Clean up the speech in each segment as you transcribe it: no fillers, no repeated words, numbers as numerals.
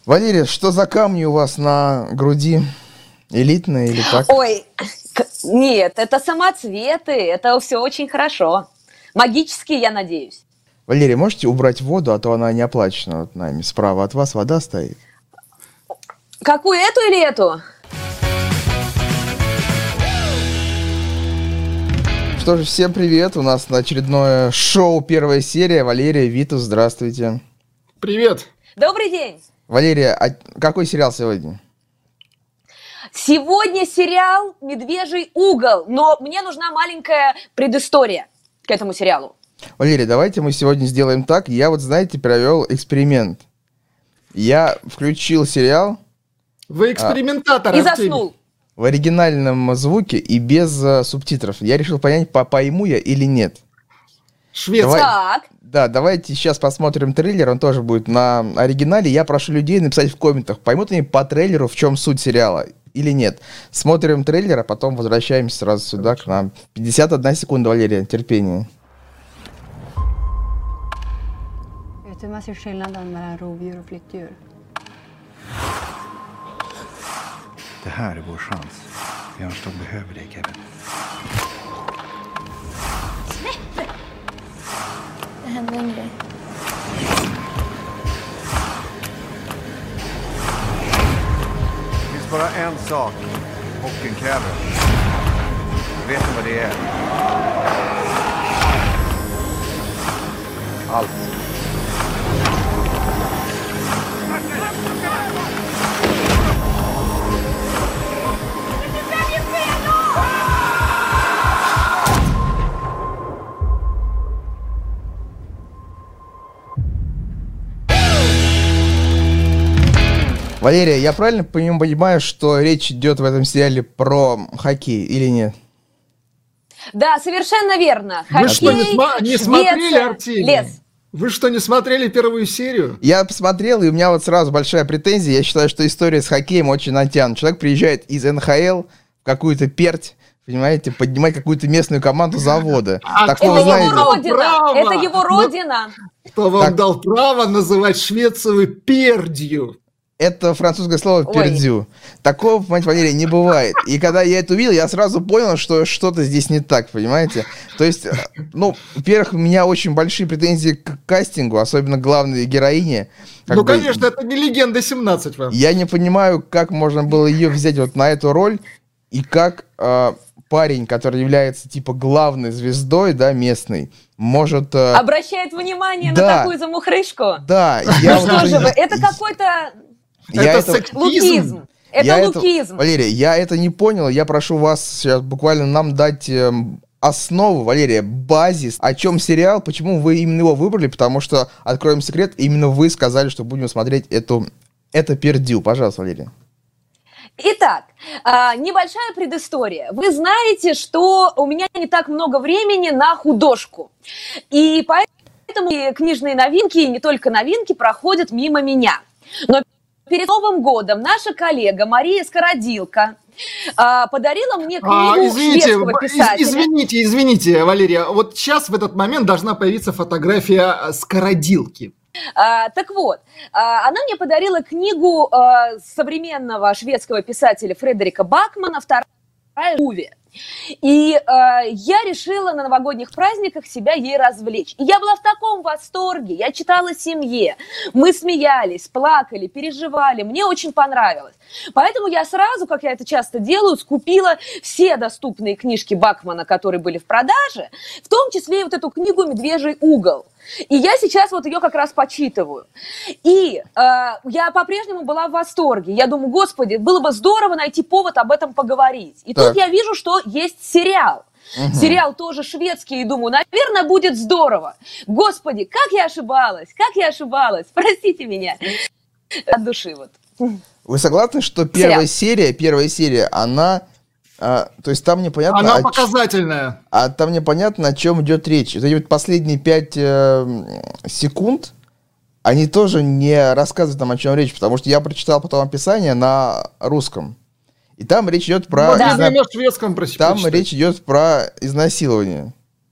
Валерия, что за камни у вас на груди? Элитные или так? Ой, нет, это самоцветы, это все очень хорошо. Магические, я надеюсь. Валерия, можете убрать воду, а то она не оплачена вот нами. Справа от вас вода стоит. Какую, эту или эту? Что же, всем привет. У нас очередное шоу, первая серия. Валерия, Витус, здравствуйте. Привет. Добрый день. Валерия, а какой сериал сегодня? Сегодня сериал «Медвежий угол», но мне нужна маленькая предыстория к этому сериалу. Валерия, давайте мы сегодня сделаем так. Я вот, знаете, провел эксперимент. Я включил сериал. Вы экспериментатор. И заснул. В оригинальном звуке и без субтитров. Я решил понять, пойму я или нет. Швеция. Так. Да, давайте сейчас посмотрим трейлер, он тоже будет на оригинале. Я прошу людей написать в комментах, поймут они по трейлеру, в чем суть сериала или нет. Смотрим трейлер, а потом возвращаемся сразу сюда к нам. 51 секунда, Валерия, терпение. Vet du hur man ser skillnaden mellan rovdjur och flyttdjur? Det här är vår chans. Björnstad behöver dig, Kevin. Det händer en grej. Det finns bara en sak hockeyn kräver. Vet ni vad det är? Allt. Валерия, я правильно понимаю, что речь идет в этом сериале про хоккей или нет? Да, совершенно верно. Вы Хоккей, что, не смотрели, Швеция, Артемий? лес. Вы что, не смотрели первую серию? Я посмотрел, и у меня вот сразу большая претензия. Я считаю, что история с хоккеем очень натянута. Человек приезжает из НХЛ в какую-то перть, понимаете, поднимать какую-то местную команду завода. Это его родина. Это его родина. Кто вам дал право называть Швецию пердью? Это французское слово «пердю». Такого, понимаете, Валерия, не бывает. И когда я это увидел, я сразу понял, что что-то здесь не так, понимаете? То есть, ну, во-первых, у меня очень большие претензии к кастингу, особенно к главной героине. Ну, конечно, это не «Легенда 17». Вам. Я не понимаю, как можно было ее взять вот на эту роль, и как парень, который является, типа, главной звездой, да, местной, может... Обращает внимание на такую замухрышку? Да. Что же вы, это какой-то... Лукизм. Это лукизм. Валерия, я это не понял. Я прошу вас сейчас буквально нам дать основу, Валерия, базис. О чем сериал, почему вы именно его выбрали? Потому что, откроем секрет, именно вы сказали, что будем смотреть это пердю. Пожалуйста, Валерия. Итак, небольшая предыстория. Вы знаете, что у меня не так много времени на художку. И поэтому книжные новинки, и не только новинки, проходят мимо меня. Но перед Новым годом наша коллега Мария Скородилка подарила мне книгу шведского писателя. Извините, Валерия, вот сейчас в этот момент должна появиться фотография Скородилки. Так вот, она мне подарила книгу современного шведского писателя Фредерика Бакмана «Вторая Уве». И я решила на новогодних праздниках себя ей развлечь. И я была в таком восторге, я читала семье, мы смеялись, плакали, переживали, мне очень понравилось. Поэтому я сразу, как я это часто делаю, скупила все доступные книжки Бакмана, которые были в продаже, в том числе и вот эту книгу «Медвежий угол». И я сейчас вот ее как раз почитываю. И я по-прежнему была в восторге. Я думаю, господи, было бы здорово найти повод об этом поговорить. И тут я вижу, что есть сериал. Сериал тоже шведский, и думаю, наверное, будет здорово. Господи, как я ошибалась, простите меня. От души вот. Вы согласны, что первая серия, она... то есть там непонятно... Она показательная. Там непонятно, о чем идет речь. Вот эти вот последние 5 секунд, они тоже не рассказывают нам, о чем речь, потому что я прочитал потом описание на русском. И там речь идет про... Там речь идет про изнасилование.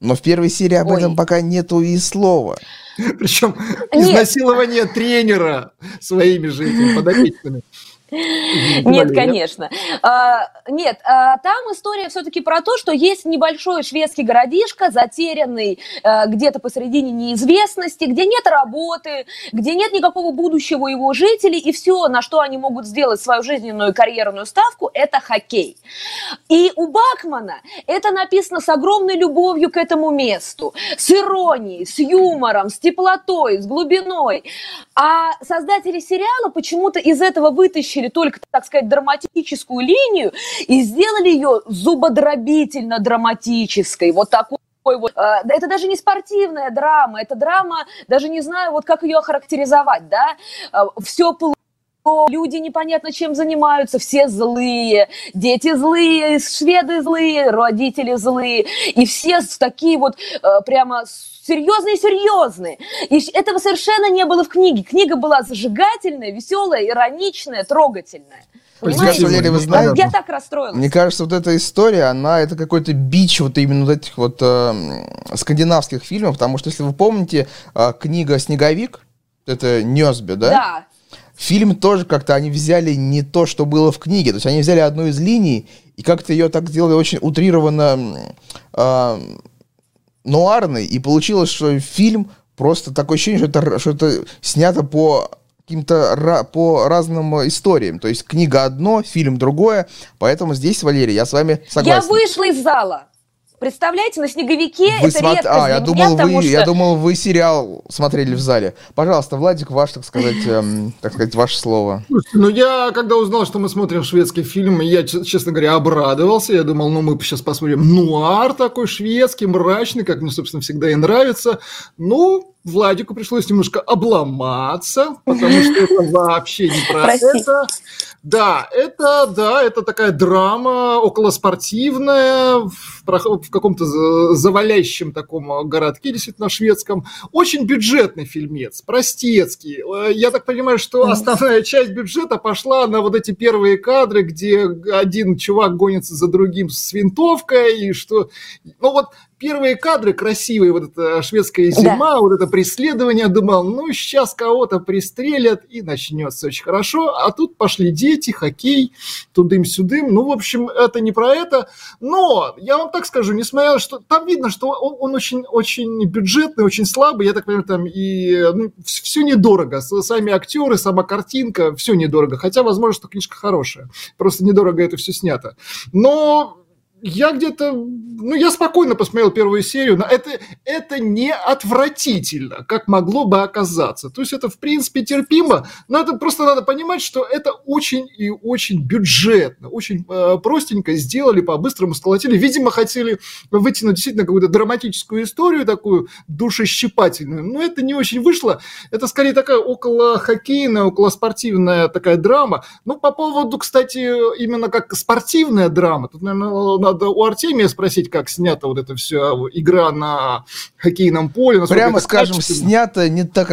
Но в первой серии об этом пока нету и слова. Причем изнасилование тренера своими же этими подопечными. Нет, конечно. Нет, там история все-таки про то, что есть небольшой шведский городишко, затерянный где-то посредине неизвестности, где нет работы, где нет никакого будущего его жителей, и все, на что они могут сделать свою жизненную карьерную ставку, это хоккей. И у Бакмана это написано с огромной любовью к этому месту, с иронией, с юмором, с теплотой, с глубиной. А создатели сериала почему-то из этого вытащили только, так сказать, драматическую линию и сделали ее зубодробительно драматической. Вот такой вот. Это даже не спортивная драма, это драма, даже не знаю, вот как ее охарактеризовать, да? Все плохо. Люди непонятно чем занимаются, все злые, дети злые, шведы злые, родители злые, и все такие вот прямо серьезные. И этого совершенно не было в книге. Книга была зажигательная, веселая, ироничная, трогательная. Валерий, вы знаете, я так расстроилась. Мне кажется, вот эта история, это какой-то бич вот именно вот этих вот скандинавских фильмов, потому что, если вы помните, книга «Снеговик», это Нёсбе, да? Да. Фильм тоже как-то они взяли не то, что было в книге. То есть они взяли одну из линий и как-то ее так сделали очень утрированно нуарной. И получилось, что фильм просто такое ощущение, что это снято по каким-то по разным историям. То есть книга одно, фильм другое. Поэтому здесь, Валерий, я с вами согласен. Я вышла из зала. Представляете, на «Снеговике» это редкость для меня, потому что... Я думал, вы сериал смотрели в зале. Пожалуйста, Владик, так сказать, ваше слово. Слушайте, я, когда узнал, что мы смотрим шведский фильм, я, честно говоря, обрадовался. Я думал, мы сейчас посмотрим нуар такой шведский, мрачный, как мне, собственно, всегда и нравится. Владику пришлось немножко обломаться, потому что это вообще не про это. Да, это такая драма околоспортивная в каком-то завалящем таком городке, действительно шведском. Очень бюджетный фильмец, простецкий. Я так понимаю, что основная часть бюджета пошла на вот эти первые кадры, где один чувак гонится за другим с винтовкой, и что... Первые кадры красивые, вот эта шведская зима, вот это преследование, думал, сейчас кого-то пристрелят и начнется очень хорошо, а тут пошли дети, хоккей, тудым-сюдым, в общем, это не про это, но я вам так скажу, несмотря на что, там видно, что он очень бюджетный, очень слабый, я так понимаю, там и все недорого, сами актеры, сама картинка, все недорого, хотя, возможно, что книжка хорошая, просто недорого это все снято, но... Я где-то, я спокойно посмотрел первую серию, но это не отвратительно, как могло бы оказаться. То есть это, в принципе, терпимо, но это просто надо понимать, что это очень и очень бюджетно, очень простенько сделали, по-быстрому сколотили. Видимо, хотели вытянуть действительно какую-то драматическую историю, такую душещипательную, но это не очень вышло. Это скорее такая околохоккейная, околоспортивная такая драма. По поводу, кстати, именно как спортивная драма, тут, наверное, надо у Артемия спросить, как снята вот эта вся игра на хоккейном поле. Прямо скажем, снято не так,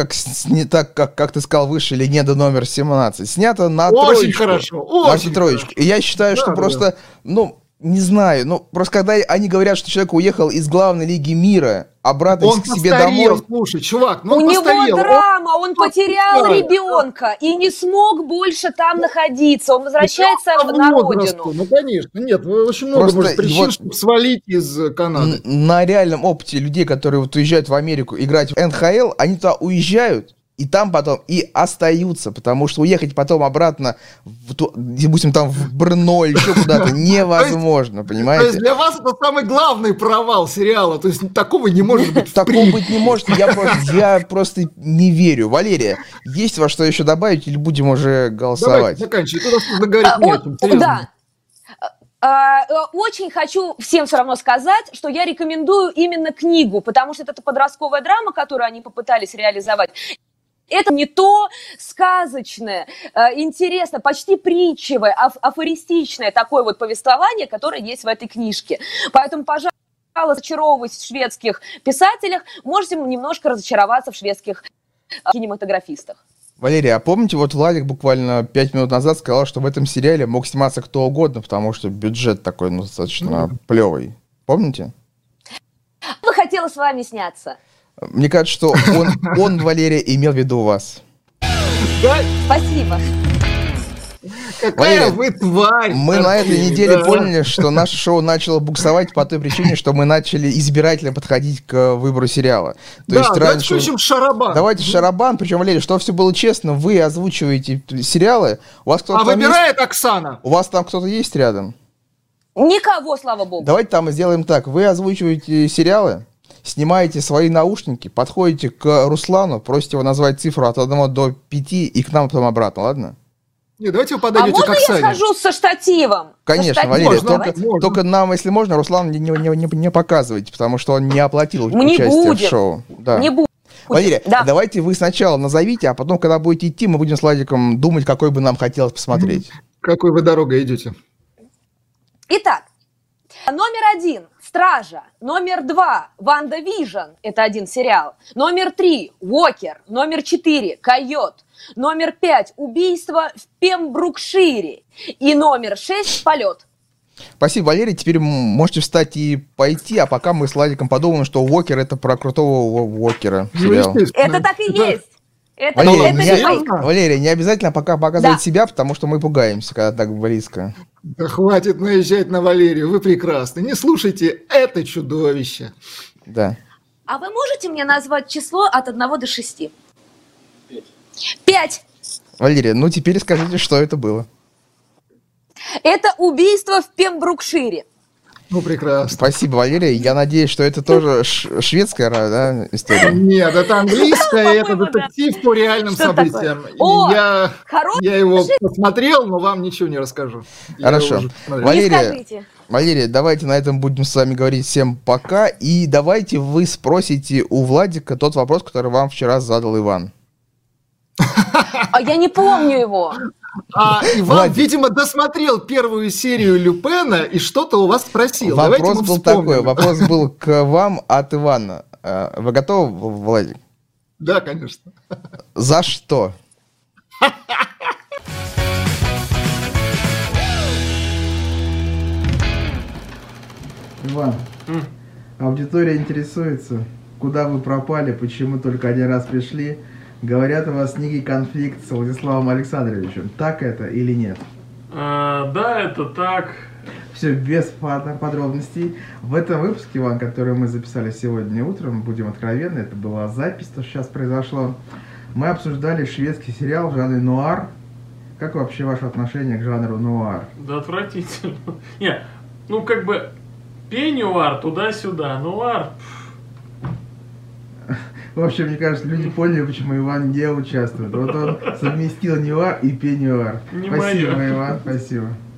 как ты сказал выше, легенда номер 17. Снято на троечку. Очень хорошо. Троечку. И я считаю, что просто, не знаю, просто когда они говорят, что человек уехал из главной лиги мира обратно к себе домой. Слушай, чувак, у него драма, он потерял ребенка и не смог больше там находиться. Он возвращается на родину. Конечно, нет, очень много может причин, чтобы свалить из Канады. На реальном опыте людей, которые уезжают в Америку играть в НХЛ, они туда уезжают, и там потом и остаются, потому что уехать потом обратно, допустим, там в Брно или еще куда-то невозможно, понимаете? То есть для вас это самый главный провал сериала, то есть такого не может быть. Такого быть не может, я просто не верю. Валерия, есть во что еще добавить или будем уже голосовать? Давайте заканчивать, у нас нужно говорить не о чем, серьезно. Очень хочу всем все равно сказать, что я рекомендую именно книгу, потому что это подростковая драма, которую они попытались реализовать. Это не то сказочное, интересное, почти притчевое, афористичное такое вот повествование, которое есть в этой книжке. Поэтому, пожалуйста, разочаровываясь в шведских писателях, можете немножко разочароваться в шведских кинематографистах. Валерия, а помните, Владик буквально 5 минут назад сказал, что в этом сериале мог сниматься кто угодно, потому что бюджет такой достаточно плевый. Помните? Вы хотите хотела с вами сняться. Мне кажется, что он, Валерия, имел в виду вас. Да, Спасибо. какая Валерия, вы тварь! Мы на этой Арсений, неделе да. поняли, что наше шоу начало буксовать по той причине, что мы начали избирательно подходить к выбору сериала. То Да, есть давайте раньше... включим шарабан. Давайте шарабан, причем, Валерий, чтобы все было честно, вы озвучиваете сериалы, у вас кто-то А там есть? выбирает Оксана. У вас там кто-то есть рядом? Никого, слава богу. Давайте там сделаем так. Вы озвучиваете сериалы, снимаете свои наушники, подходите к Руслану, просите его назвать цифру от 1 до 5 и к нам потом обратно, ладно? Не, давайте вы А подойдете можно к я Оксане. схожу со штативом? Конечно, Со штативом, Валерия, Можно, только, давайте. можно. только нам, если можно, Руслан не показывайте, потому что он не оплатил Мы не участие будем. в шоу. Да. Не буду. Валерия, Да. давайте вы сначала назовите, а потом, когда будете идти, мы будем с Владиком думать, какой бы нам хотелось посмотреть. Какой вы дорогой идете? Итак, номер 1 «Стража», номер 2 «Ванда Вижн», это один сериал, номер 3 «Уокер», номер 4 «Койот», номер 5 «Убийство в Пембрукшире» и номер 6 «Полет». Спасибо, Валерий. Теперь можете встать и пойти, а пока мы с Владиком подумаем, что Уокер — это про крутого Уокера сериал. Это так и есть. Это, Валерия, это не, не фейк. Валерия, не обязательно пока показывать Да. себя, потому что мы пугаемся, когда так близко. Да хватит наезжать на Валерию, вы прекрасны. Не слушайте это чудовище. Да. А вы можете мне назвать число от 1 до 6? 5. Валерия, ну теперь скажите, что это было. Это «Убийство в Пембрукшире». Ну, прекрасно. Спасибо, Валерия. Я надеюсь, что это тоже шведская, да, история. Нет, это английское, это По-моему, да. детектив по реальным Что событиям. такое? О, Я Хороший. его посмотрел, но вам ничего не расскажу. Я Хорошо. уже посмотрел. Не Валерия, скажите. Валерия, давайте на этом будем с вами говорить всем пока. И давайте вы спросите у Владика тот вопрос, который вам вчера задал Иван. А я не помню его. А Иван, Владик. видимо, досмотрел первую серию Люпена и что-то у вас спросил. Давайте Вопрос мы был вспомним. такой, вопрос был к вам от Ивана. Вы готовы, Владик? Да, конечно. За что? Иван, аудитория интересуется, куда вы пропали, почему только один раз пришли. Говорят, у вас некий конфликт с Владиславом Александровичем. Так это или нет? Да, это так. Все без подробностей. В этом выпуске, Иван, который мы записали сегодня утром, будем откровенны, это была запись, то, что сейчас произошло. Мы обсуждали шведский сериал в жанре нуар. Как вообще ваше отношение к жанру нуар? Да отвратительно. Не, ну как бы пенюар туда-сюда, нуар. В общем, мне кажется, люди поняли, почему Иван не участвует. Вот он совместил нуар и пенюар. Не Спасибо, моё. Иван, спасибо.